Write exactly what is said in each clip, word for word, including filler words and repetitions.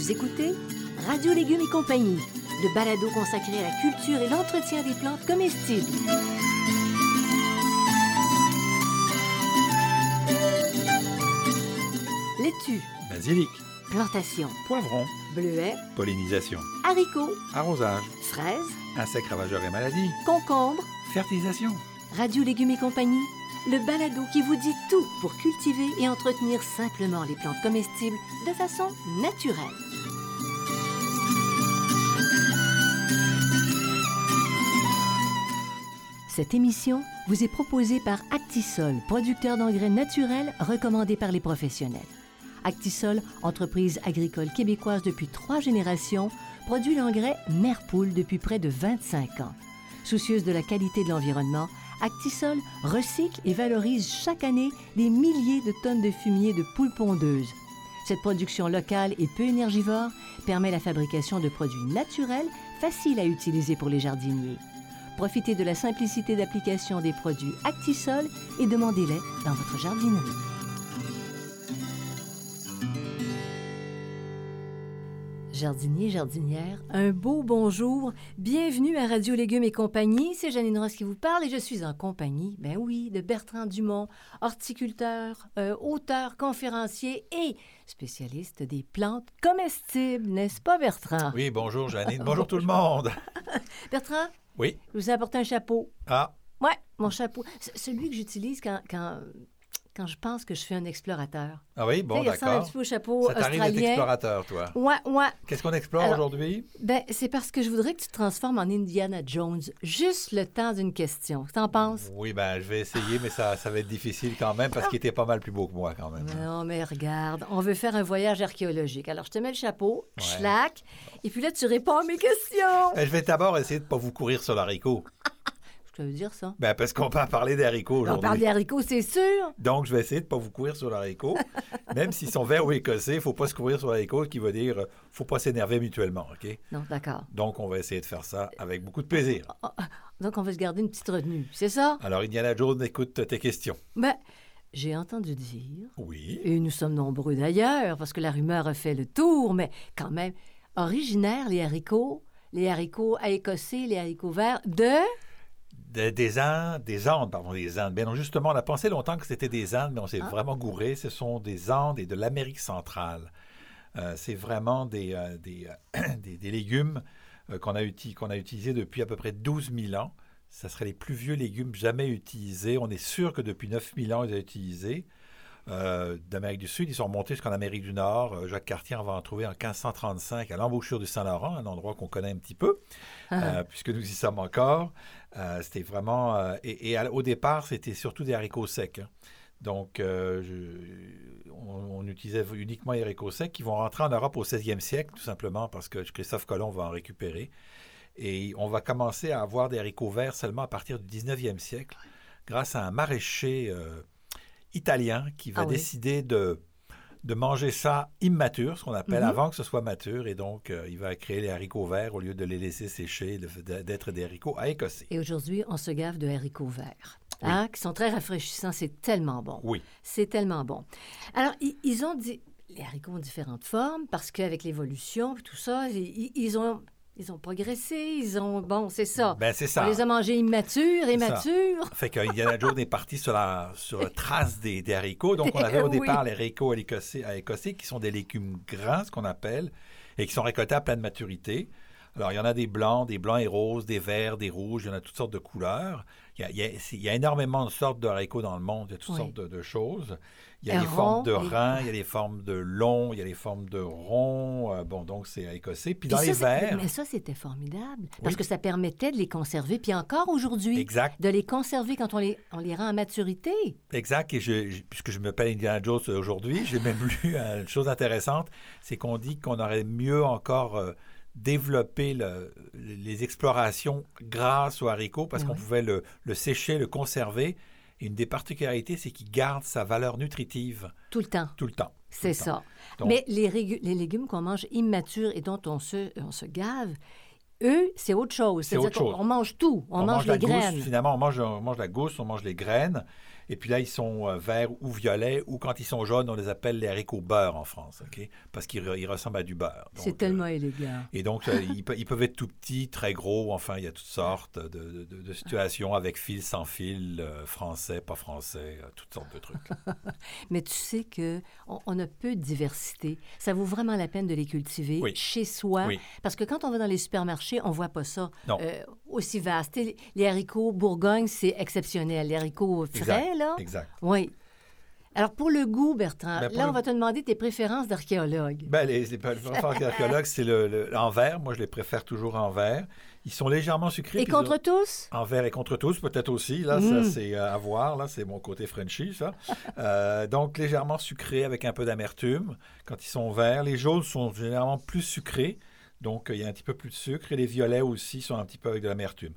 Vous écoutez Radio Légumes et compagnie, le balado consacré à la culture et l'entretien des plantes comestibles. Laitue, basilic, plantation, poivron, bleuets, pollinisation, haricots, arrosage, fraises, insectes ravageurs et maladies, concombres. fertilisation. Radio Légumes et compagnie, le balado qui vous dit tout pour cultiver et entretenir simplement les plantes comestibles de façon naturelle. Cette émission vous est proposée par Actisol, producteur d'engrais naturels recommandé par les professionnels. Actisol, entreprise agricole québécoise depuis trois générations, produit l'engrais Merpoule depuis près de vingt-cinq ans. Soucieuse de la qualité de l'environnement, Actisol recycle et valorise chaque année des milliers de tonnes de fumier de poules pondeuses. Cette production locale et peu énergivore permet la fabrication de produits naturels faciles à utiliser pour les jardiniers. Profitez de la simplicité d'application des produits Actisol et demandez-les dans votre jardinerie. Jardiniers, jardinières, un beau bonjour. Bienvenue à Radio Légumes et compagnie. C'est Janine Ross qui vous parle et je suis en compagnie, ben oui, de Bertrand Dumont, horticulteur, euh, auteur, conférencier et spécialiste des plantes comestibles, n'est-ce pas, Bertrand? Oui, bonjour Janine. Bonjour tout le monde. Bertrand? Oui. Je vous ai apporté un chapeau. Ah. Ouais, mon chapeau. C- celui que j'utilise quand, quand, quand je pense que je suis un explorateur. Ah oui, bon, tu sais, il ressemble un d'accord. petit peu au chapeau Ça t'arrive d'être australien. explorateur, toi. Ouais, ouais. Qu'est-ce qu'on explore Alors, aujourd'hui? Ben, c'est parce que je voudrais que tu te transformes en Indiana Jones. Juste le temps d'une question. T'en penses? Oui, ben je vais essayer, mais ça, ça va être difficile quand même parce qu'il était pas mal plus beau que moi quand même. Non, mais regarde, on veut faire un voyage archéologique. Alors, je te mets le chapeau, Ouais. schlac, et puis là, tu réponds à mes questions. Ben, je vais d'abord essayer de ne pas vous courir sur l'haricot. Ça veut dire ça? Ben, parce qu'on peut parler des haricots On aujourd'hui. parle des haricots, c'est sûr. Donc, je vais essayer de ne pas vous courir sur l'haricot. Même s'ils sont verts ou écossais, il ne faut pas se courir sur l'haricot, ce qui veut dire qu'il ne faut pas s'énerver mutuellement, OK? Non, d'accord. Donc, on va essayer de faire ça avec beaucoup de plaisir. Donc, on va se garder une petite retenue, c'est ça? Alors, Indiana Jones, écoute tes questions. Ben, j'ai entendu dire, Oui. et nous sommes nombreux d'ailleurs, parce que la rumeur a fait le tour, mais quand même, originaires, les haricots, les haricots à écossais, les haricots verts, de... Des, des Andes, des Andes, pardon, des Andes. Bien non, justement, on a pensé longtemps que c'était des Andes, mais on s'est Ah. vraiment gouré. Ce sont des Andes et de l'Amérique centrale. Euh, c'est vraiment des, euh, des, euh, des, des légumes euh, qu'on a, uti- qu'on a utilisés depuis à peu près douze mille ans. Ça serait les plus vieux légumes jamais utilisés. On est sûr que depuis neuf mille ans, ils ont été utilisés. Euh, D'Amérique du Sud, ils sont remontés jusqu'en Amérique du Nord. Euh, Jacques Cartier en va en trouver en quinze cent trente-cinq à l'embouchure du Saint-Laurent, un endroit qu'on connaît un petit peu, euh, puisque nous y sommes encore. Euh, c'était vraiment... euh, et, et à- au départ, c'était surtout des haricots secs. Hein. Donc, euh, je- on, on utilisait uniquement les haricots secs qui vont rentrer en Europe au seizième siècle, tout simplement parce que Christophe Colomb va en récupérer. Et on va commencer à avoir des haricots verts seulement à partir du dix-neuvième siècle, grâce à un maraîcher euh, italien qui va Ah oui. décider de, de manger ça immature, ce qu'on appelle, Mhm. avant que ce soit mature. Et donc, euh, il va créer les haricots verts au lieu de les laisser sécher, de- d'être des haricots à écossais. Et aujourd'hui, on se gave de haricots verts, hein, qui sont très rafraîchissants. C'est tellement bon. Oui. C'est tellement bon. Alors, i- ils ont dit... Les haricots ont différentes formes parce qu'avec l'évolution et tout ça, i- ils ont... Ils ont progressé, ils ont... Bon, c'est ça. Ben, c'est ça. On les a mangés immatures, ça. immatures. Fait que Indiana Jones est parti sur la, sur la trace des, des haricots. Donc, on avait au Oui. départ les haricots à écossais, à écossais, qui sont des légumes grands, ce qu'on appelle, et qui sont récoltés à pleine maturité. Alors, il y en a des blancs, des blancs et roses, des verts, des rouges, il y en a toutes sortes de couleurs. Il y a, il y a, c'est- il y a énormément de sortes de haricots dans le monde, il y a toutes Oui. sortes de, de choses. Il y a Un des rond, formes de les- reins, il y a des formes de longs, il y a des formes de ronds. Euh, bon, donc, c'est à écossais. Puis Puis dans ça, les c'est- verts... Mais ça, c'était formidable. Parce Oui. que ça permettait de les conserver. Puis encore aujourd'hui, Exact. de les conserver quand on les, on les rend à maturité. Exact. Et je, je- puisque je m'appelle Indiana Jones aujourd'hui, j'ai même lu euh, une chose intéressante, c'est qu'on dit qu'on aurait mieux encore euh, développé le- les explorations grâce aux haricots parce Mais qu'on oui. pouvait le, le sécher, le conserver. Et une des particularités, c'est qu'il garde sa valeur nutritive Tout le temps. tout le temps. C'est Tout le temps. ça. Donc- Mais les, régu- les légumes qu'on mange immatures et dont on se, on se gave, eux, c'est autre chose. C'est C'est-à-dire autre qu'on chose. on mange tout. On, mange, la les gousse, graines. finalement, on mange, on mange la gousse, on mange les graines. Et puis là, ils sont euh, verts ou violets, ou quand ils sont jaunes, on les appelle les haricots beurre en France, OK? Parce qu'ils re- ils ressemblent à du beurre. C'est Donc, tellement euh, élégant. et donc, euh, ils, pe- ils peuvent être tout petits, très gros, enfin, il y a toutes sortes de, de- de situations avec fil, sans fil, euh, français, pas français, euh, toutes sortes de trucs. Mais tu sais qu'on on a peu de diversité. Ça vaut vraiment la peine de les cultiver Oui. chez soi. Oui. Parce que quand on va dans les supermarchés, on voit pas ça Non. euh, aussi vaste. Tu sais, Les haricots Bourgogne, c'est exceptionnel. Les haricots frais, Exact, là. exact. Oui. Alors, pour le goût, Bertrand, Ben, pour là, le- on va te demander tes préférences d'archéologue. Ben, les, les préférences d'archéologues, c'est le, le- en verre. Moi, je les préfère toujours en verre. Ils sont légèrement sucrés. Et puis contre ils tous? ont- En verre et contre tous, peut-être aussi. Là, Mm. ça, c'est euh, à voir. Là, c'est mon côté Frenchy, ça. Euh, donc, légèrement sucrés avec un peu d'amertume. Quand ils sont verts, les jaunes sont généralement plus sucrés. Donc, euh, il y a un petit peu plus de sucre. Et les violets aussi sont un petit peu avec de l'amertume.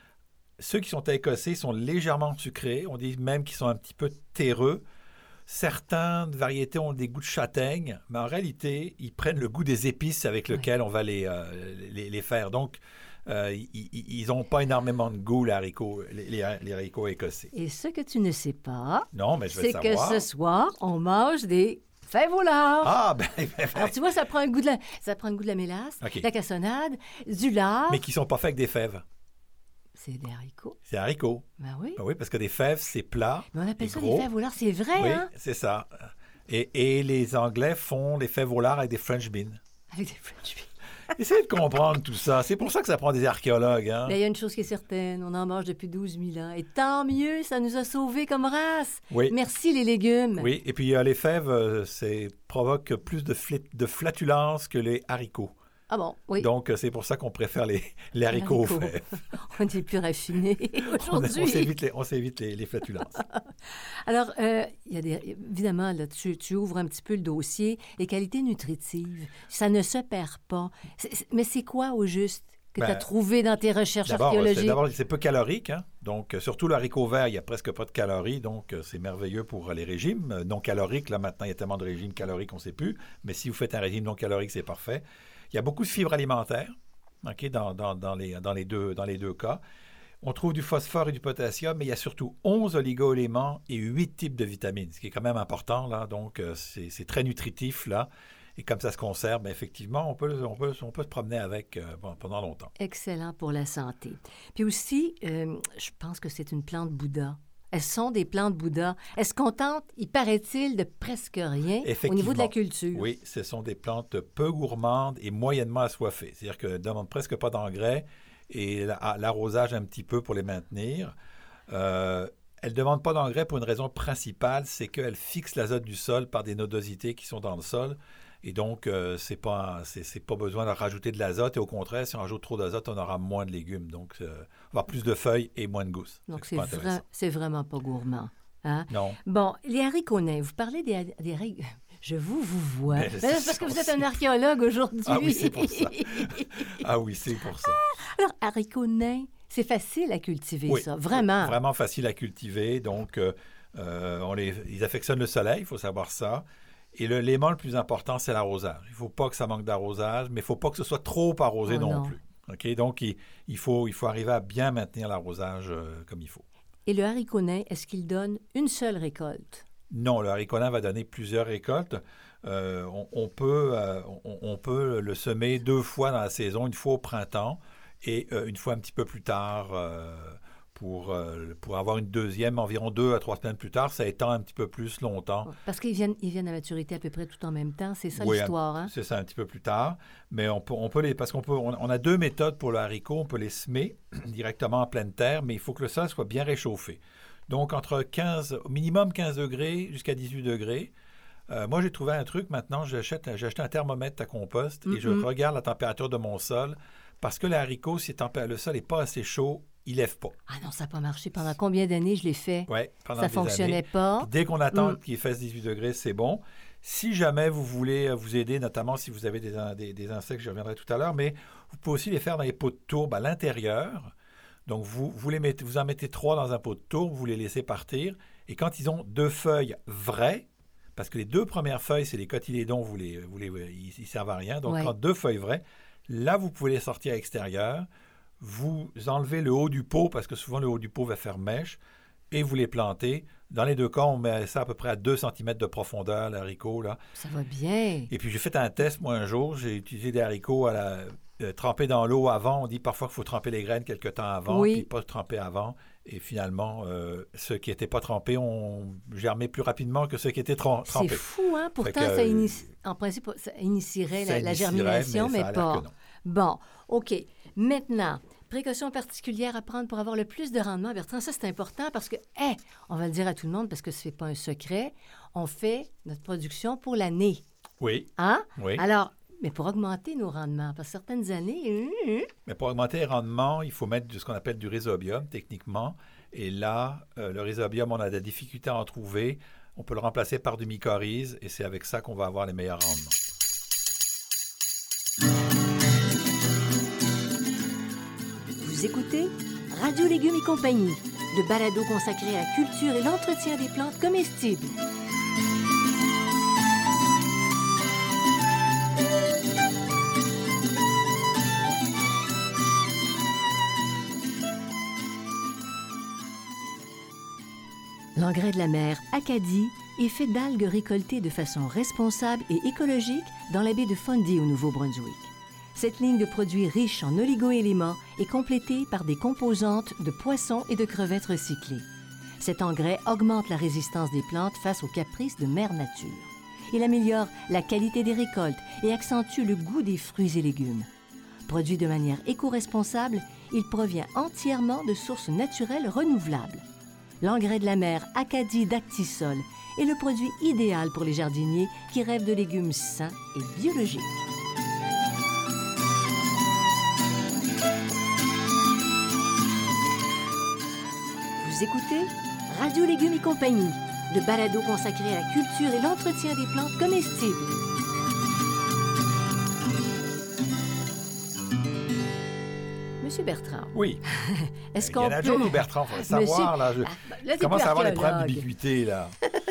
Ceux qui sont écossais sont légèrement sucrés. On dit même qu'ils sont un petit peu terreux. Certaines variétés ont des goûts de châtaigne, mais en réalité, ils prennent le goût des épices avec lesquelles on va les, euh, les, les faire. Donc, euh, ils n'ont pas énormément de goût, les haricots, les, les- les haricots écossais. Et ce que tu ne sais pas, Non, mais je vais c'est le que savoir. ce soir, on mange des fèves au lard. Ah, ben, ben, ben, Alors, tu vois, ça prend un goût de la, ça prend le goût de la mélasse, OK. de la cassonade, du lard. mais qui ne sont pas faits avec des fèves. C'est des haricots. C'est haricots. Ben oui. Ben oui, parce que des fèves, c'est plat. Mais on appelle et ça gros. des fèves au lard. C'est vrai, Oui, hein? c'est ça. Et, et les Anglais font les fèves au lard avec des French beans. Avec des French beans. Essayez de comprendre tout ça. C'est pour ça que ça prend des archéologues. Hein? Mais il y a une chose qui est certaine, on en mange depuis douze mille ans. Et tant mieux, ça nous a sauvés comme race. Oui. Merci les légumes. Oui, et puis euh, les fèves, euh, c'est provoque plus de, flit- de flatulence que les haricots. Ah bon, oui. Donc, euh, c'est pour ça qu'on préfère les, les haricots aux haricots. fèves. On est plus raffinés On, aujourd'hui. on s'évite les, on s'évite les, les flatulences. Alors, euh, il y a des, évidemment, là, tu, tu ouvres un petit peu le dossier. Les qualités nutritives, ça ne se perd pas. C'est- c'est- mais c'est quoi, au juste, que tu as Ben, trouvé dans tes recherches D'abord, c'est, archéologiques? d'abord, c'est peu calorique. Hein? Donc, euh, surtout le haricot vert, il n'y a presque pas de calories. Donc, euh, c'est merveilleux pour euh, les régimes euh, non caloriques. Là, maintenant, il y a tellement de régimes caloriques qu'on ne sait plus. Mais si vous faites un régime non calorique, c'est parfait. Il y a beaucoup de fibres alimentaires, OK, dans, dans, dans, les, dans, les deux, dans les deux cas. On trouve du phosphore et du potassium, mais il y a surtout onze oligo-éléments et huit types de vitamines, ce qui est quand même important, là. Donc, euh, c'est, c'est très nutritif, là. Et comme ça se conserve, bien, effectivement, on peut, on, peut, on peut se promener avec euh, bon, pendant longtemps. Excellent pour la santé. Puis aussi, euh, je pense que c'est une plante Bouddha. Elles sont des plantes Bouddha. Elles se contentent, il paraît-il, de presque rien au niveau de la culture. Oui, ce sont des plantes peu gourmandes et moyennement assoiffées. C'est-à-dire qu'elles ne demandent presque pas d'engrais et la- l'arrosage un petit peu pour les maintenir. Euh, elles ne demandent pas d'engrais pour une raison principale, c'est qu'elles fixent l'azote du sol par des nodosités qui sont dans le sol. Et donc, euh, c'est pas, c'est, c'est pas besoin de rajouter de l'azote. Et au contraire, si on rajoute trop d'azote, on aura moins de légumes. Donc, euh, on va avoir plus de feuilles et moins de gousses. Donc, C'est c'est, pas vra- intéressant. c'est vraiment pas gourmand. Hein? Non. Bon, les haricots nains, vous parlez des, des haricots... Je vous, vous vois. Mais Ben, c'est c'est parce que ça vous êtes aussi. un archéologue aujourd'hui. Ah oui, c'est pour ça. Ah oui, c'est pour ça. Alors, haricots nains, c'est facile à cultiver, Oui, ça, vraiment. Vraiment facile à cultiver. Donc, euh, euh, on les, ils affectionnent le soleil, il faut savoir ça. Et le- l'élément le plus important, c'est l'arrosage. Il ne faut pas que ça manque d'arrosage, mais il ne faut pas que ce soit trop arrosé Oh non, non. plus. OK? Donc, il, il faut, il faut arriver à bien maintenir l'arrosage euh, comme il faut. Et le haricot nain, est-ce qu'il donne une seule récolte? Non, le haricot nain va donner plusieurs récoltes. Euh, on, on peut, euh, on, on peut le semer deux fois dans la saison, une fois au printemps et euh, une fois un petit peu plus tard euh, pour, euh, pour avoir une deuxième environ deux à trois semaines plus tard. Ça étend un petit peu plus longtemps. Parce qu'ils viennent, ils viennent à maturité à peu près tout en même temps. C'est ça Oui, l'histoire, hein? C'est ça, un petit peu plus tard. Mais on peut, on peut les... Parce qu'on peut... On, on a deux méthodes pour le haricot. On peut les semer directement en pleine terre, mais il faut que le sol soit bien réchauffé. Donc, entre quinze... Au minimum quinze degrés jusqu'à dix-huit degrés. Euh, moi, j'ai trouvé un truc. Maintenant, j'achète, j'ai acheté un thermomètre à compost et je Mm-mm. regarde la température de mon sol parce que le haricot, si tempé- le sol n'est pas assez chaud, il lève pas. Ah non, ça n'a pas marché. Pendant combien d'années je l'ai fait? Ouais, pendant Ça des fonctionnait années. pas. Puis dès qu'on attend Mm. qu'il fasse dix-huit degrés, c'est bon. Si jamais vous voulez euh, vous aider, notamment si vous avez des, in- des, des insectes, je reviendrai tout à l'heure, mais vous pouvez aussi les faire dans les pots de tourbe à l'intérieur. Donc, vous, vous, les mettez, vous en mettez trois dans un pot de tourbe, vous les laissez partir. Et quand ils ont deux feuilles vraies, parce que les deux premières feuilles, c'est les cotylédons, vous les, vous les, ils ne servent à rien. Donc, Ouais. quand deux feuilles vraies, là, vous pouvez les sortir à l'extérieur. Vous enlevez le haut du pot, parce que souvent, le haut du pot va faire mèche, et vous les plantez Dans les deux cas, on met ça à peu près à deux centimètres de profondeur, le haricot, là. Ça va bien. Et puis, j'ai fait un test, moi, un jour. J'ai utilisé des haricots à la, euh, trempés dans l'eau avant. On dit parfois qu'il faut tremper les graines quelque temps avant, Oui. puis pas tremper avant. Et finalement, euh, ceux qui n'étaient pas trempés ont germé plus rapidement que ceux qui étaient trom- trempés. C'est fou, hein? Pourtant, que, ça initie, en principe, ça initierait Ça la, la initierait, germination, mais mais, ça a l'air pas. que non. Bon, OK. Maintenant, précautions particulières à prendre pour avoir le plus de rendement. Bertrand, ça, c'est important parce que, hey, on va le dire à tout le monde parce que ce n'est pas un secret, on fait notre production pour l'année. Oui, Hein? oui. Alors, mais pour augmenter nos rendements, parce que certaines années... hum, hum, Mais pour augmenter les rendements, il faut mettre de ce qu'on appelle du rhizobium, techniquement. Et là, euh, le rhizobium, on a de la difficulté à en trouver. On peut le remplacer par du mycorhize et c'est avec ça qu'on va avoir les meilleurs rendements. Vous écoutez Radio Légumes et compagnie, le balado consacré à la culture et l'entretien des plantes comestibles. L'engrais de la mer Acadie est fait d'algues récoltées de façon responsable et écologique dans la baie de Fundy au Nouveau-Brunswick. Cette ligne de produits riches en oligo-éléments est complétée par des composantes de poissons et de crevettes recyclées. Cet engrais augmente la résistance des plantes face aux caprices de Mère Nature. Il améliore la qualité des récoltes et accentue le goût des fruits et légumes. Produit de manière éco-responsable, il provient entièrement de sources naturelles renouvelables. L'engrais de la mer Acadie d'Actisol est le produit idéal pour les jardiniers qui rêvent de légumes sains et biologiques. Vous écoutez Radio Légumes et compagnie, le balado consacré à la culture et l'entretien des plantes comestibles. Monsieur Bertrand, Oui. est-ce Il y qu'on en a peut... toujours, nous, Bertrand, il faudrait savoir. Là, je Ah, ben, là, je t'es commence plus à avoir des problèmes archéologue. d'ubiquité, là.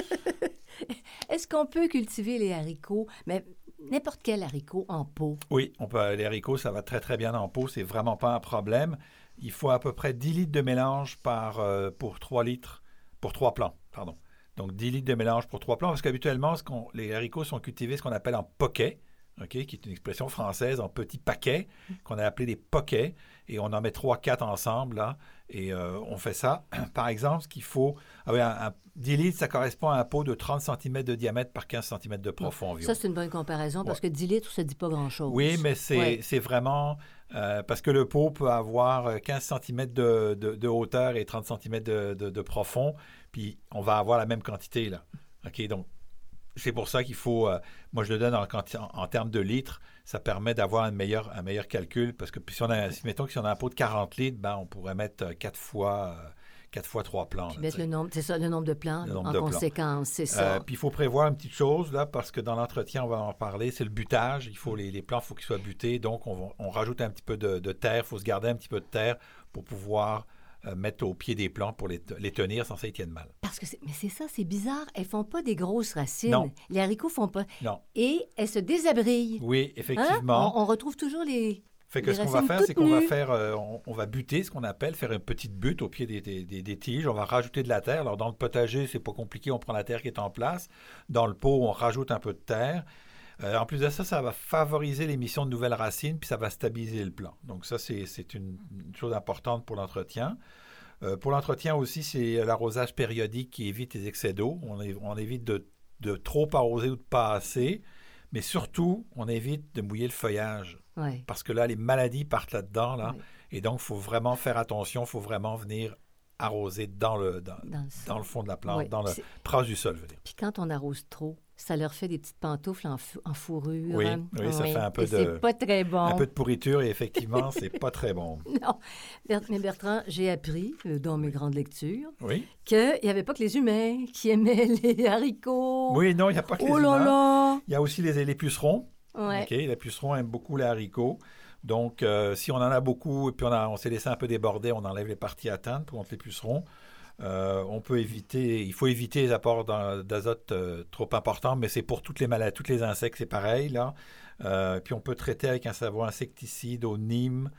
Est-ce qu'on peut cultiver les haricots, mais n'importe quel haricot en pot? Oui, on peut, les haricots, ça va très, très bien en pot. C'est vraiment pas un problème. Il faut à peu près dix litres de mélange par, euh, pour trois litres, pour trois plants, pardon. Donc, dix litres de mélange pour trois plants, parce qu'habituellement, ce qu'on- les haricots sont cultivés ce qu'on appelle en poquets, OK, qui est une expression française, en petits paquets, qu'on a appelé des poquets, et on en met trois, quatre ensemble, là, et euh, on fait ça. Par exemple, ce qu'il faut, ah oui, un, un- dix litres, ça correspond à un pot de trente centimètres de diamètre par quinze centimètres de profond environ. Ça, c'est une bonne comparaison parce que dix litres, ça ne dit pas grand-chose. Oui, mais c'est Ouais. c'est vraiment... euh, parce que le pot peut avoir quinze centimètres de, de- de hauteur et trente centimètres de, de- de profond, puis on va avoir la même quantité, là. OK, donc c'est pour ça qu'il faut... euh, moi, je le donne en, quanti- en, en termes de litres. Ça permet d'avoir un meilleur, un meilleur calcul, parce que puis si on a, si, mettons que si on a un pot de quarante litres, ben, on pourrait mettre euh, quatre fois... euh, quatre fois trois plants. Puis là, mettre tu sais. le nombre, c'est ça, le nombre de plants Le nombre en de plants. conséquence, c'est ça. Euh, puis il faut prévoir une petite chose, là, parce que dans l'entretien, on va en parler, c'est le butage. Il faut les, les plants, il faut qu'ils soient butés. Donc, on, va- on rajoute un petit peu de, de terre. Il faut se garder un petit peu de terre pour pouvoir euh, mettre au pied des plants pour les, te- les tenir sans ça, ils tiennent mal. Parce que c'est, mais c'est ça, c'est bizarre. Elles font pas des grosses racines. Non. Les haricots font pas. Non. Et elles se désabrillent. Oui, Hein? effectivement. On, on retrouve toujours les. Fait que les ce qu'on va racines faire, toutes c'est qu'on va nues. faire, euh, on, on va buter, ce qu'on appelle faire une petite butte au pied des, des- des- des tiges. On va rajouter de la terre. Alors dans le potager, c'est pas compliqué. On prend la terre qui est en place. Dans le pot, on rajoute un peu de terre. Euh, en plus de ça, ça va favoriser l'émission de nouvelles racines, puis ça va stabiliser le plant. Donc ça, c'est c'est une, une chose importante pour l'entretien. Euh, pour l'entretien aussi, c'est l'arrosage périodique qui évite les excès d'eau. On, é- on évite de, de trop arroser ou de pas assez. Mais surtout, on évite de mouiller le feuillage. Ouais. Parce que là, les maladies partent là-dedans. Là, Oui. Et donc, il faut vraiment faire attention. Il faut vraiment venir arroser dans le, dans, Dans le sol. dans le fond de la plante, Oui. dans le C'est- proche du sol, je veux dire. Puis quand on arrose trop, ça leur fait des petites pantoufles en, fou- en fourrure. Oui, hein? oui, ça fait un peu Et de- c'est pas très bon. Un peu de pourriture et effectivement, c'est pas très bon. Non. Ber- Mais Bertrand, j'ai appris, euh, dans mes grandes lectures, Oui, qu'il n'y avait pas que les humains qui aimaient les haricots. oui non, il n'y a pas que les Oh là humains. là! Il y a aussi les, les pucerons. Ouais. OK, les pucerons aiment beaucoup les haricots. Donc, euh, si on en a beaucoup et puis on, a- on s'est laissé un peu déborder, on enlève les parties atteintes contre les pucerons. Euh, on peut éviter, il faut éviter les apports d'en- d'azote euh, trop importants, mais c'est pour toutes les maladies, tous les insectes, c'est pareil là. Euh, puis on peut traiter avec un savon insecticide au Nîmes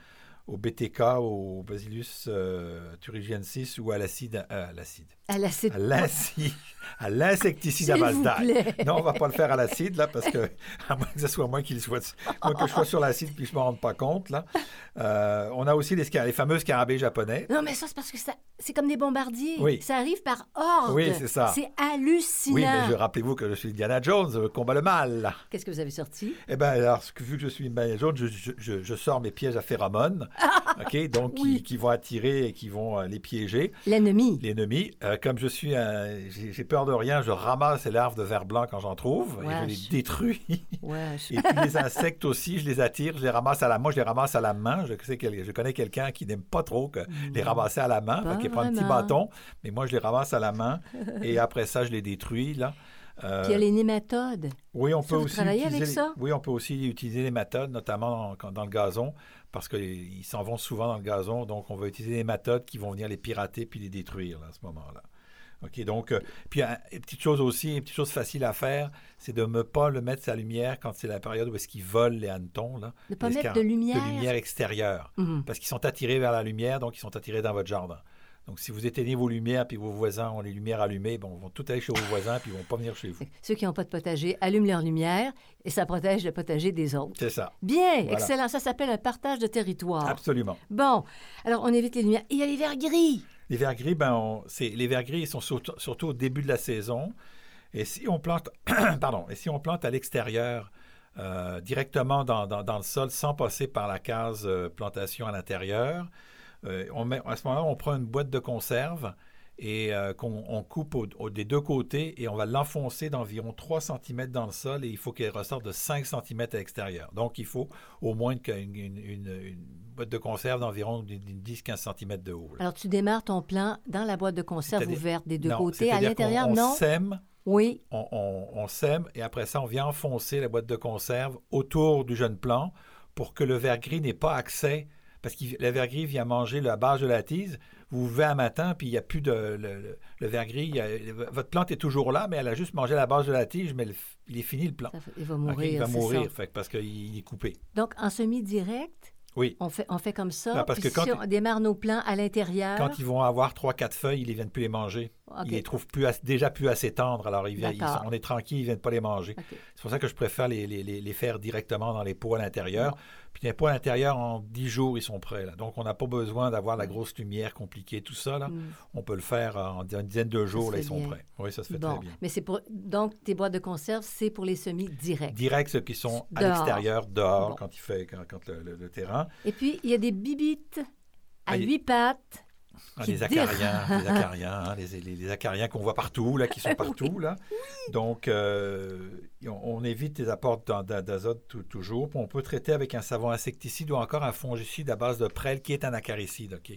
au B T K, au Bacillus euh, thuringiensis ou à l'acide, euh, à l'acide, À l'acide. à l'acide, à l'insecticide à S'il base vous d'ail. plaît. Non, on ne va pas le faire à l'acide, là, parce que, à moins que ce soit moi qui le soit, moi que je sois sur l'acide puis je ne me rende pas compte, là. Euh, on a aussi les, scar- les fameux scarabées japonais. Non, mais ça, c'est parce que ça, c'est comme des bombardiers. Oui. Ça arrive par ordre. Oui, c'est ça. C'est hallucinant. Oui, mais je, rappelez-vous que je suis Indiana Jones, je combat le mal, là. Qu'est-ce que vous avez sorti? Eh bien, alors, vu que je suis Indiana Jones, je, je, je, je sors mes pièges à phéromones, OK, donc Oui. qui, qui vont attirer et qui vont euh, les piéger. L'ennemi. L'ennemi, euh, comme je suis, un- j'ai j'ai peur de rien, je ramasse les larves de ver blanc quand j'en trouve et je Wesh. les détruis. Ouais. je- Et puis les insectes aussi, je les attire, je les ramasse à la main, je les ramasse à la main. Je, sais quel- je connais quelqu'un qui n'aime pas trop que les ramasser à la main, Pas fait qu'il prend un petit vraiment. bâton, mais moi je les ramasse à la main et après ça je les détruis là. Euh, Puis il y a les nématodes. oui, on Ça, peut vous aussi travaillez utiliser avec les- ça? Oui, on peut aussi utiliser les méthodes, notamment dans, dans le gazon, parce qu'ils s'en vont souvent dans le gazon, donc on va utiliser des méthodes qui vont venir les pirater puis les détruire là, à ce moment-là. OK, donc, euh, puis un- une petite chose aussi, une petite chose facile à faire, c'est de ne pas le mettre sa lumière quand c'est la période où est-ce qu'ils volent les hannetons, là. Ne pas Les mettre scar- de lumière. De lumière extérieure, Mhm. parce qu'ils sont attirés vers la lumière, donc ils sont attirés dans votre jardin. Donc, si vous éteignez vos lumières puis vos voisins ont les lumières allumées, bon, ils vont tout aller chez vos voisins puis ils ne vont pas venir chez vous. Ceux qui n'ont pas de potager allument leur lumière et ça protège le potager des autres. C'est ça, Bien, Voilà. excellent. Ça s'appelle un partage de territoire. absolument. Bon, alors on évite les lumières. Il y a les vers gris. Les vers gris, ben, on- c'est, les vers gris ils sont surtout, surtout au début de la saison. Et si on plante, pardon, et si on plante à l'extérieur, euh, directement dans, dans- dans le sol, sans passer par la case euh, plantation à l'intérieur, euh, on met, à ce moment-là, on prend une boîte de conserve et euh, qu'on on coupe au- au- des deux côtés et on va l'enfoncer d'environ trois centimètres dans le sol et il faut qu'elle ressorte de cinq centimètres à l'extérieur. Donc, il faut au moins une, une- une- une boîte de conserve d'environ dix à quinze centimètres de haut, là. Alors tu démarres ton plan dans la boîte de conserve C'est-à-dire- ouverte des deux Non, côtés. À c'est-à-dire l'intérieur, qu'on- on non? sème, Oui. on, on- on sème et après ça, on vient enfoncer la boîte de conserve autour du jeune plant pour que le ver gris n'ait pas accès, parce que le ver gris vient manger la base de la tige. Vous vous levez un matin, puis il n'y a plus de... Le, le- le ver gris, il y a- votre plante est toujours là, mais elle a juste mangé la base de la tige, mais le- il est fini le plant. Ça fait- il va OK, mourir. il va c'est mourir ça. fait, que parce qu'il est coupé. Donc en semi-direct, Oui. on fait, on fait comme ça. Ah, parce puis que quand si on démarre nos plans à l'intérieur. Quand ils vont avoir trois quatre feuilles, ils ne viennent plus les manger. OK. Ils les trouvent plus assez- déjà plus assez tendres, alors ils viennent- ils D'accord. sont- on est tranquille, ils ne viennent pas les manger. OK. C'est pour ça que je préfère les, les- les- les faire directement dans les pots à l'intérieur. Puis les pots à l'intérieur, en dix jours, ils sont prêts, là. Donc, on n'a pas besoin d'avoir la grosse lumière compliquée, tout ça, là. Mm. On peut le faire en une dizaine de jours, se là, fait ils sont bien. prêts. Oui, ça se fait Bon, très bien. mais c'est pour donc tes boîtes de conserve, c'est pour les semis directs. Direct, ceux qui sont à Dehors. l'extérieur, dehors, Bon. quand il fait quand, quand le, le- le terrain. Et puis il y a des bibites à Ah, il- huit pattes. Ah, Qui les dire- acariens, les acariens, hein, les, les- les acariens qu'on voit partout, là, qui sont partout, là. Donc, euh, on, on évite les apports d'a- d'a- d'azote tout- toujours. Puis on peut traiter avec un savon insecticide ou encore un fongicide à base de prêle qui est un acaricide, OK?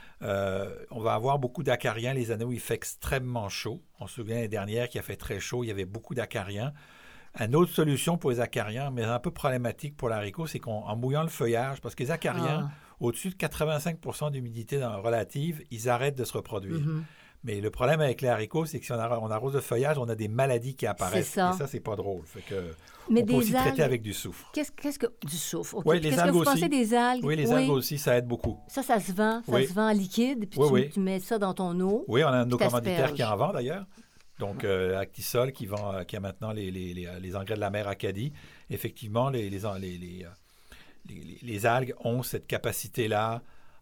Euh, on va avoir beaucoup d'acariens les années où il fait extrêmement chaud. On se souvient l'année dernière qu'il a fait très chaud, il y avait beaucoup d'acariens. Une autre solution pour les acariens, mais un peu problématique pour l'haricot, c'est qu'en mouillant le feuillage, parce que les acariens, Ah. au-dessus de quatre-vingt-cinq pour cent d'humidité dans- relative, ils arrêtent de se reproduire. Mhm. Mais le problème avec les haricots, c'est que si on, arro- on arrose le feuillage, on a des maladies qui apparaissent. C'est ça. Et ça, c'est pas drôle. Fait que, Mais on peut des aussi traiter algues, avec du soufre. Qu'est-ce, qu'est-ce que du soufre? OK. Oui, les Qu'est-ce que algues vous aussi. pensez des algues? Oui, les algues aussi, ça aide beaucoup. Ça, ça se vend. Ça Oui. se vend en liquide. Puis Oui, tu, oui. tu mets ça dans ton eau. Oui, on a un de nos Puis commanditaires t'asperges. qui en vend d'ailleurs. Donc, euh, Actisol qui vend, euh, qui a maintenant les, les- les- les engrais de la mer Acadie. Effectivement, les, les, les, les, euh, les- les- les algues ont cette capacité-là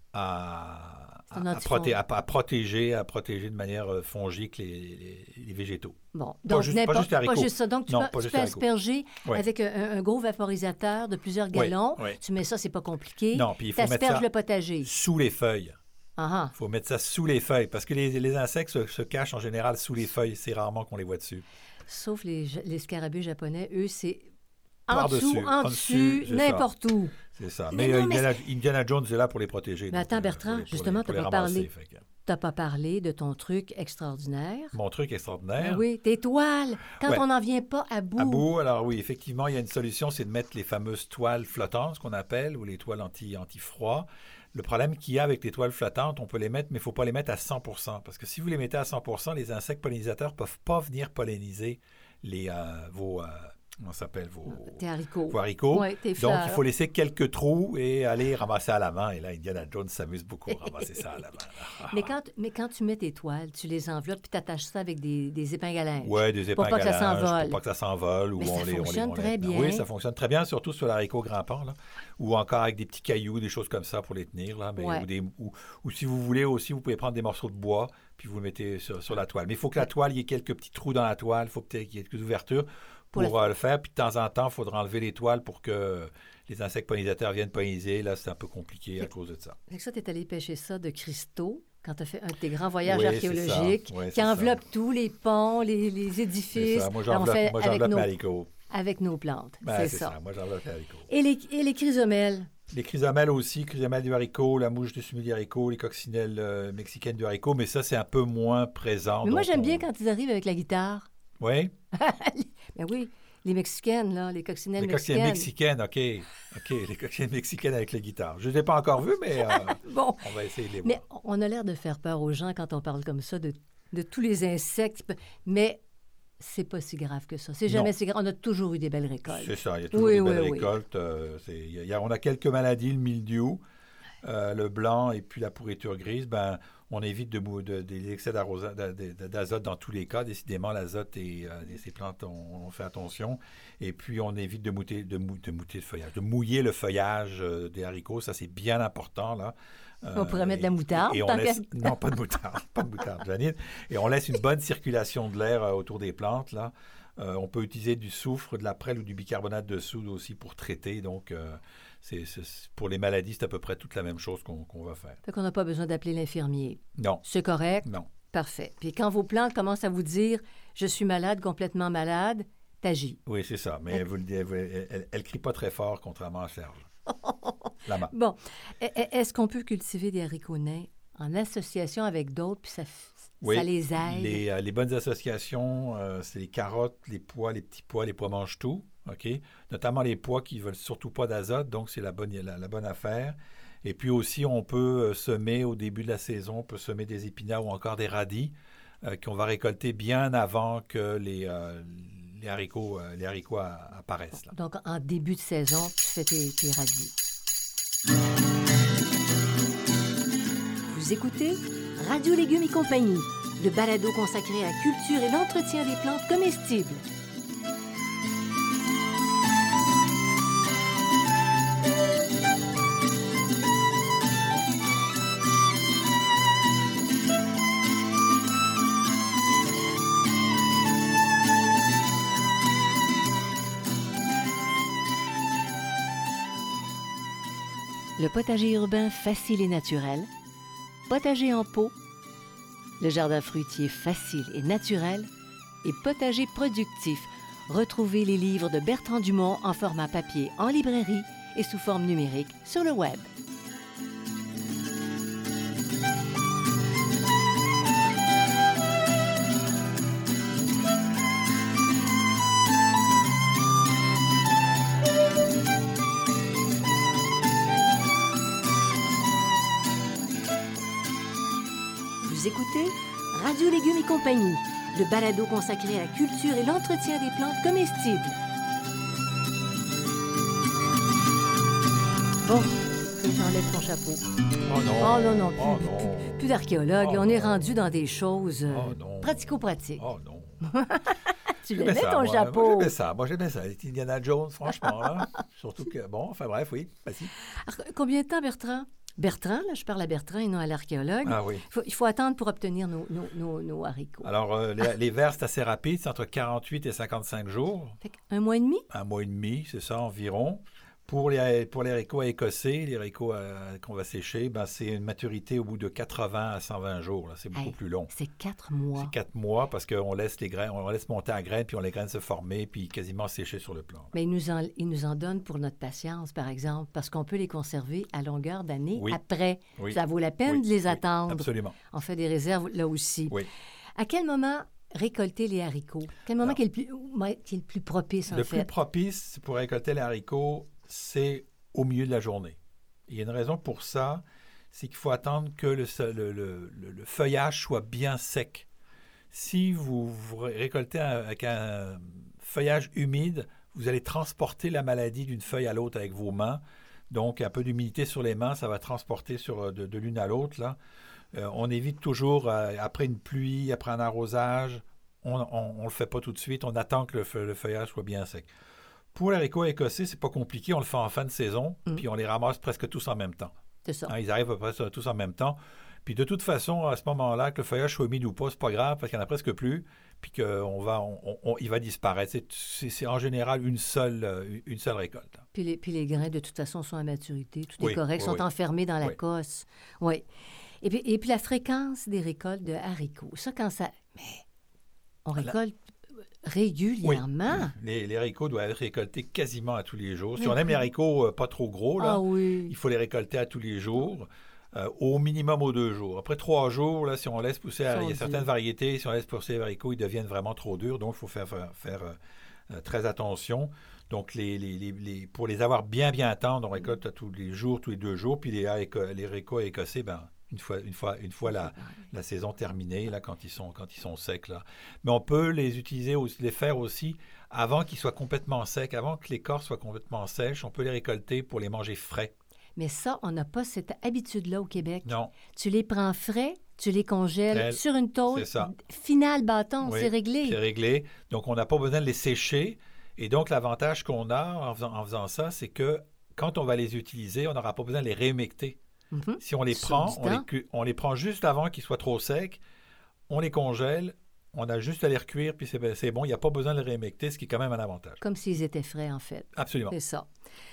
à, C'est un à, à antifon- proté- à- à protéger, à protéger de manière euh, fongique les, les- les végétaux. Bon, Pas donc juste- pas n'importe- juste les haricots. pas juste ça. Donc, tu Non, peux, pas tu juste peux les haricots. asperger Oui. avec un, un gros vaporisateur de plusieurs gallons. oui. Tu mets ça, c'est pas compliqué. Non, puis il faut Tu mettre asperges ça le potager. sous les feuilles. Ah, ah. Il faut mettre ça sous les feuilles parce que les, les insectes se, se cachent en général sous les feuilles. C'est rarement qu'on les voit dessus. Sauf les, les scarabées japonais, eux, c'est en Par-dessus, dessous, en en dessus, dessus, c'est ça. n'importe où. C'est ça. Mais Mais, non, euh, mais Indiana, Indiana Jones est là pour les protéger. Mais donc, attends, euh, Bertrand, pour les- pour justement, les- pour t'as les pas ramasser, parlé. fait que- T'as pas parlé de ton truc extraordinaire. Mon truc extraordinaire. Ben oui, tes toiles. Quand Ouais. on n'en vient pas à bout. À bout, alors oui, effectivement, il y a une solution, c'est de mettre les fameuses toiles flottantes, ce qu'on appelle, ou les toiles anti, anti-froid. Le problème qu'il y a avec les toiles flottantes, on peut les mettre, mais il ne faut pas les mettre à cent pour cent. Parce que si vous les mettez à cent pour cent, les insectes pollinisateurs ne peuvent pas venir polliniser les, euh, vos, euh, comment ça s'appelle, vos, tes haricots. vos haricots. Ouais, tes Donc, fleurs. il faut laisser quelques trous et aller ramasser à la main. Et là, Indiana Jones s'amuse beaucoup à ramasser ça à la main. Ah. Mais quand, mais quand tu mets tes toiles, tu les enveloppes puis tu attaches ça avec des, des épingles à linge. Oui, des Pour épingles pas que ça à linge, s'envole. pour pas que ça s'envole. Ou Mais on ça les, on les- fonctionne on les- très bien. Oui, ça fonctionne très bien, surtout sur l'haricot grand-port, là. Ou encore avec des petits cailloux, des choses comme ça pour les tenir. Là. Mais, Ouais. ou, des, ou, ou si vous voulez aussi, vous pouvez prendre des morceaux de bois puis vous le mettez sur, sur la toile. Mais il faut que la toile, il y ait quelques petits trous dans la toile. Il faut peut-être qu'il y ait quelques ouvertures pour, Pour la- euh, le faire. Puis de temps en temps, il faudra enlever les toiles pour que les insectes pollinisateurs viennent polliniser. Là, c'est un peu compliqué à Fait- cause de ça. Fait que ça, tu es allé pêcher ça de cristaux quand tu as fait un de tes grands voyages Oui, c'est archéologiques ça. Oui, qui c'est ça. enveloppent tous les ponts, les, les C'est édifices. ça. Moi, Ben, on j'enveloppe, fait moi, avec, j'enveloppe nos, mes haricots. avec nos plantes. Ben, c'est c'est ça. ça. Moi, j'enveloppe mes haricots. Et les, et les chrysomèles. Les chrysomèles aussi, chrysomèles du haricot, la mouche de semis du haricot, les coccinelles euh, mexicaines du haricot, mais ça, c'est un peu moins présent. Mais moi, donc j'aime on- bien quand ils arrivent avec la guitare. Oui? Ben oui, les Mexicaines, là, les coccinelles Les coccinelles mexicaines. mexicaines, OK. OK, les coccinelles mexicaines avec la guitare. Je ne les ai pas encore vues, mais euh, Bon, on va essayer de les voir. mais on a l'air de faire peur aux gens quand on parle comme ça de, de tous les insectes. qui pe- Mais c'est pas si grave que ça. C'est jamais Non. si grave. On a toujours eu des belles récoltes. C'est ça, il y a toujours Oui, des oui, belles oui. récoltes. euh, c'est- il y a- il y a- on a quelques maladies, le mildiou, euh, le blanc et puis la pourriture grise. Ben, on évite de, mou- de- des excès d'arrosa- d'a- d'a- d'azote dans tous les cas. Décidément, l'azote et, euh, et ces plantes, on, on fait attention. Et puis, on évite de mouter, de, mou- de mouter le feuillage, de mouiller le feuillage euh, des haricots. Ça, c'est bien important, là. On pourrait mettre de la moutarde, Et, et on tant laisse... qu'à- Non, pas de moutarde, pas de moutarde, Janine. Et on laisse une bonne circulation de l'air euh, autour des plantes, là. Euh, on peut utiliser du soufre, de la prêle ou du bicarbonate de soude aussi pour traiter. Donc, euh, c'est, c'est- pour les maladies, c'est à peu près toute la même chose qu'on, qu'on va faire. Fait qu'on n'a pas besoin d'appeler l'infirmier. Non, C'est correct? non. Parfait. Puis quand vos plantes commencent à vous dire « je suis malade, complètement malade », t'agis. Oui, c'est ça. Mais vous le dites, vous- elle ne crie pas très fort, contrairement à Serge. Là-bas. Bon, E- e- est-ce qu'on peut cultiver des haricots nains en association avec d'autres, puis ça, f- Oui, ça les aide? Les, euh, les bonnes associations, euh, c'est les carottes, les pois, les petits pois, les pois mangent tout, OK? Notamment les pois qui ne veulent surtout pas d'azote, donc c'est la bonne, la, la bonne affaire. Et puis aussi, on peut euh, semer au début de la saison, on peut semer des épinards ou encore des radis euh, qu'on va récolter bien avant que les, euh, les haricots, euh, les haricots a- apparaissent. Là. Donc, en début de saison, tu fais tes, tes radis. Vous écoutez Radio Légumes et compagnie, le balado consacré à la culture et l'entretien des plantes comestibles. Le potager urbain facile et naturel, potager en pot, le jardin fruitier facile et naturel et potager productif. Retrouvez les livres de Bertrand Dumont en format papier en librairie et sous forme numérique sur le web. Vous écoutez Radio Légumes et compagnie, le balado consacré à la culture et l'entretien des plantes comestibles. Bon, faut que j'enlève ton chapeau. Oh non! Oh non, non, plus, Oh plus- non! plus, plus d'archéologue. Oh on est non. rendu dans des choses euh, Oh non! pratico-pratiques. Oh non! tu J'aimais l'aimais ça, ton moi. chapeau? Moi, j'aimais ça. Moi, j'aimais ça. C'est Indiana Jones, franchement. Là. Surtout que, bon, enfin bref, oui. Vas-y. Alors, combien de temps, Bertrand? Bertrand, là, je parle à Bertrand et non à l'archéologue. Ah oui. Il faut, il faut attendre pour obtenir nos, nos, nos, nos haricots. Alors, euh, les, les vers, c'est assez rapide. C'est entre quarante-huit et cinquante-cinq jours. Fait un mois et demi? Un mois et demi, c'est ça, environ. Pour les, pour les haricots à écossais, les haricots euh, qu'on va sécher, ben, c'est une maturité au bout de quatre-vingts à cent vingt jours. Là. C'est beaucoup Hey, plus long. C'est quatre mois. C'est quatre mois parce qu'on laisse les graines, on laisse monter à graines, puis on les graines se former, puis quasiment sécher sur le plan. Mais ils nous, en, ils nous en donnent pour notre patience, par exemple, parce qu'on peut les conserver à longueur d'année Oui. après. Oui. Ça vaut la peine Oui, de les oui, attendre. Absolument. On fait des réserves là aussi. Oui. À quel moment récolter les haricots? Quel moment Alors, qui, est le plus, ouais, qui est le plus propice, en Le fait? plus propice pour récolter les haricots, c'est au milieu de la journée. Il y a une raison pour ça, c'est qu'il faut attendre que le, le, le, le feuillage soit bien sec. Si vous, vous récoltez avec un feuillage humide, vous allez transporter la maladie d'une feuille à l'autre avec vos mains. Donc, un peu d'humidité sur les mains, ça va transporter sur, de, de l'une à l'autre, là. Euh, on évite toujours, euh, après une pluie, après un arrosage, on ne le fait pas tout de suite, on attend que le, fe- le feuillage soit bien sec. Pour l'haricot écossais, c'est pas compliqué, on le fait en fin de saison, mm. puis on les ramasse presque tous en même temps. C'est ça. Hein, ils arrivent à peu près tous en même temps. Puis de toute façon, à ce moment-là, que le feuillage soit humide ou pas, c'est pas grave, parce qu'il n'y en a presque plus, puis qu'on va, on, on, il va disparaître. C'est, c'est, c'est en général une seule, une seule récolte. Puis les, puis les grains, de toute façon, sont à maturité, tout oui, est correct, oui, sont oui. enfermés dans la oui. cosse. Oui. Et puis, et puis la fréquence des récoltes de haricots, ça, quand ça... Mais on récolte la... régulièrement. Oui. Les, les haricots doivent être récoltés quasiment à tous les jours. Si on aime les haricots euh, pas trop gros, là, ah, oui. il faut les récolter à tous les jours. Euh, au minimum aux deux jours. Après trois jours, là, si on laisse pousser, il y a certaines variétés, si on laisse pousser les haricots, ils deviennent vraiment trop durs, donc il faut faire, faire, faire euh, très attention. Donc, les, les, les, les, pour les avoir bien, bien tendres, on récolte à tous les jours, tous les deux jours, puis les, haricots, les haricots écossais, ben, une fois, une fois, une fois la, la saison terminée, là, quand ils sont, quand ils sont secs. Là. Mais on peut les utiliser, aussi, les faire aussi avant qu'ils soient complètement secs, avant que l'écorce soit complètement sèche, on peut les récolter pour les manger frais. Mais ça, on n'a pas cette habitude-là au Québec. Non. Tu les prends frais, tu les congèles Elle, sur une tôle. C'est ça. Final bâton, oui, c'est réglé. C'est réglé. Donc, on n'a pas besoin de les sécher. Et donc, l'avantage qu'on a en faisant, en faisant ça, c'est que quand on va les utiliser, on n'aura pas besoin de les réhumecter. Mm-hmm. Si on les sur prend, on les, on les prend juste avant qu'ils soient trop secs, on les congèle, on a juste à les recuire, puis c'est, c'est bon, il n'y a pas besoin de les réhumecter, ce qui est quand même un avantage. Comme s'ils étaient frais, en fait. Absolument. C'est ça.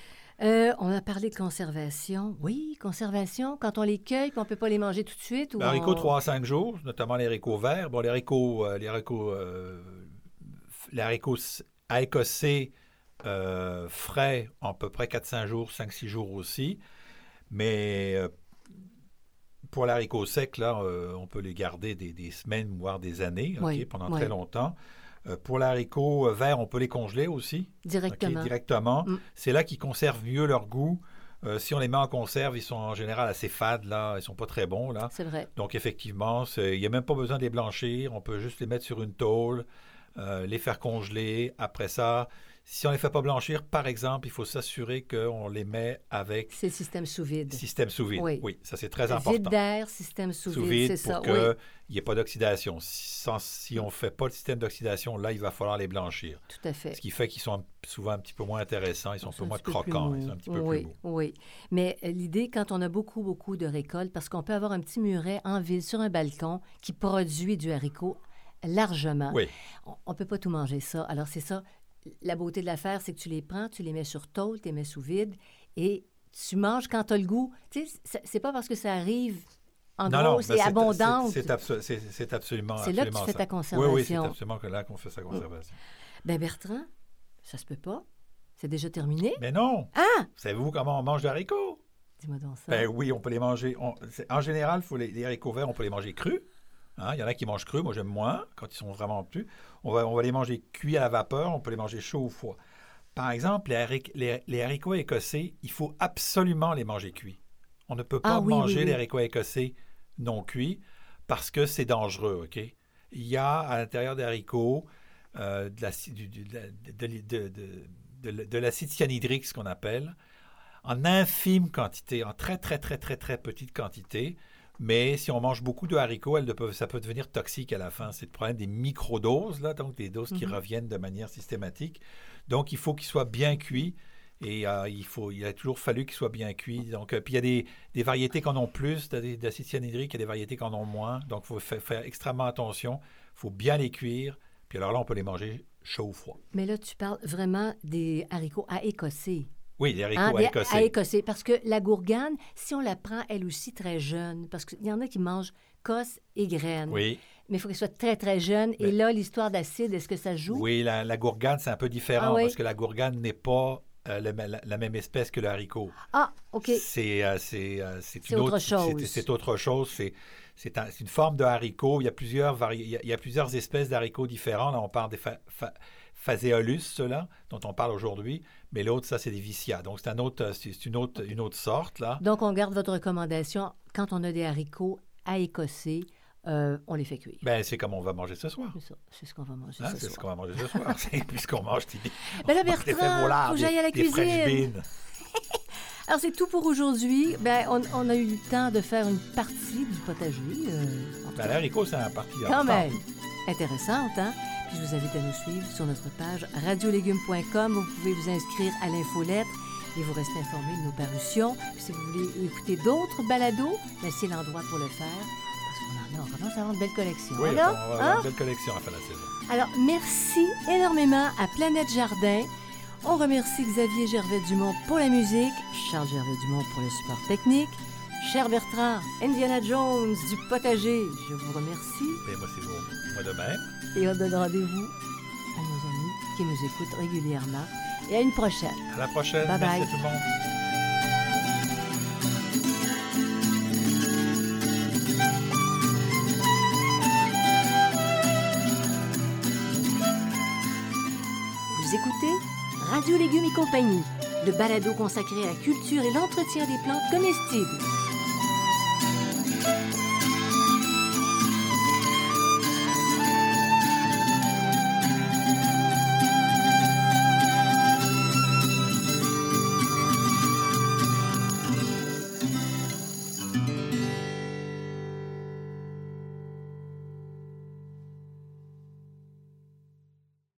Euh, on a parlé de conservation. Oui, conservation, quand on les cueille, puis on ne peut pas les manger tout de suite. Ou les haricots on... trois à cinq jours, notamment les haricots verts. Bon, les haricots, euh, les haricots, euh, les haricots à écossais euh, frais, à peu près quatre à cinq jours, cinq à six jours aussi. Mais euh, pour l'haricot sec, là, euh, on peut les garder des, des semaines, voire des années, okay, oui, pendant oui. très longtemps. Euh, pour l'haricot vert, on peut les congeler aussi. Directement. Okay, directement. Mm. C'est là qu'ils conservent mieux leur goût. Euh, si on les met en conserve, ils sont en général assez fades, là. Ils sont pas très bons, là. C'est vrai. Donc, effectivement, il n'y a même pas besoin de les blanchir. On peut juste les mettre sur une tôle, euh, les faire congeler. Après ça, si on ne les fait pas blanchir, par exemple, il faut s'assurer qu'on les met avec... C'est le système sous-vide. Système sous-vide, oui. oui ça, c'est très Vide important. Vide d'air, système sous-vide, sous-vide c'est pour ça. qu'il oui. n'y ait pas d'oxydation. Si, si on ne fait pas le système d'oxydation, là, il va falloir les blanchir. Tout à fait. Ce qui fait qu'ils sont souvent un petit peu moins intéressants, ils sont un peu moins peu croquants, ils sont un petit peu oui, plus mous. Oui, mais l'idée, quand on a beaucoup, beaucoup de récoltes, parce qu'on peut avoir un petit muret en ville, sur un balcon, qui produit du haricot largement. Oui. On ne peut pas tout manger ça. Alors, c'est ça. La beauté de l'affaire, c'est que tu les prends, tu les mets sur tôle, tu les mets sous vide et tu manges quand tu as le goût. Tu sais, c'est pas parce que ça arrive en non, gros, non, c'est abondant. C'est, c'est, abso- c'est, c'est absolument C'est là que tu ça. fais ta conservation. Oui, oui, c'est absolument là qu'on fait sa conservation. Bien, Bertrand, ça se peut pas. C'est déjà terminé? Mais non! Ah! Savez-vous comment on mange des haricots? Dis-moi donc ça. Ben oui, on peut les manger. On, en général, faut les, les haricots verts, on peut les manger crus. Hein, il y en a qui mangent crus, moi j'aime moins, quand ils sont vraiment crus. On va, on va les manger cuits à la vapeur, on peut les manger chauds ou froids. Par exemple, les, haric- les, les haricots écossais, il faut absolument les manger cuits. On ne peut pas ah, oui, manger oui, oui. les haricots écossais non cuits parce que c'est dangereux, OK? Il y a à l'intérieur des haricots euh, de, l'acide, du, du, de, de, de, de, de, de l'acide cyanhydrique, ce qu'on appelle, en infime quantité, en très, très, très, très, très petite quantité. Mais si on mange beaucoup de haricots, elles peuvent, ça peut devenir toxique à la fin. C'est le problème des microdoses, là, donc des doses mm-hmm. qui reviennent de manière systématique. Donc, il faut qu'ils soient bien cuits et euh, il, faut, il a toujours fallu qu'ils soient bien cuits. Donc, euh, puis il y a des, des variétés qui en ont plus d'acide cyanhydrique, il y a des variétés qui en ont moins. Donc, il faut faire, faire extrêmement attention. Il faut bien les cuire. Puis alors là, on peut les manger chaud ou froid. Mais là, tu parles vraiment des haricots à écosser. Oui, les haricots hein, à écossais. À écossais, parce que la gourgane, si on la prend elle aussi très jeune, parce qu'il y en a qui mangent cosses et graines. Oui. Mais il faut qu'elle soit très, très jeune. Ben, et là, l'histoire d'acide, est-ce que ça joue? Oui, la, la gourgane, c'est un peu différent ah, oui? parce que la gourgane n'est pas euh, le, la, la même espèce que le haricot. Ah, OK. C'est, euh, c'est, euh, c'est, c'est une autre autre chose. C'est, c'est autre chose. C'est, c'est, un, c'est une forme de haricot. Il y a plusieurs, vari... il y a, il y a plusieurs espèces d'haricots différents. Là, on parle des fa... Fa... Phaseolus, ceux-là, dont on parle aujourd'hui. Mais l'autre, ça, c'est des vicia. Donc, c'est, un autre, c'est une, autre, une autre sorte, là. Donc, on garde votre recommandation. Quand on a des haricots à écosser, euh, on les fait cuire. Ben, c'est comme on va manger ce soir. C'est ça, c'est ce qu'on va manger Hein, ce c'est soir. ce qu'on va manger ce soir. C'est- Puisqu'on mange des, Ben là, on mange des Bertrand, fémolards, faut que j'aille à la des, des French cuisine. beans. Alors, c'est tout pour aujourd'hui. Ben, on, on a eu le temps de faire une partie du potager. euh, en tout Ben, cas, les haricots, c'est un parti quand important. même intéressante, hein? Puis je vous invite à nous suivre sur notre page radiolégumes point com. Vous pouvez vous inscrire à l'infolettre et vous rester informé de nos parutions. Puis si vous voulez écouter d'autres balados, ben, c'est l'endroit pour le faire. Parce qu'on en a, on commence à avoir une belle collection. Oui, là, on va avoir hein? une belle collection à la fin de la saison. Alors, merci énormément à Planète Jardin. On remercie Xavier Gervais-Dumont pour la musique, Charles Gervais-Dumont pour le support technique. Cher Bertrand, Indiana Jones du potager, je vous remercie. Ben, moi, c'est vous. Moi de même. Et on donne rendez-vous à nos amis qui nous écoutent régulièrement. Et à une prochaine. À la prochaine. Bye Merci bye. à tout le monde. Vous écoutez Radio Légumes et compagnie, le balado consacré à la culture et l'entretien des plantes comestibles.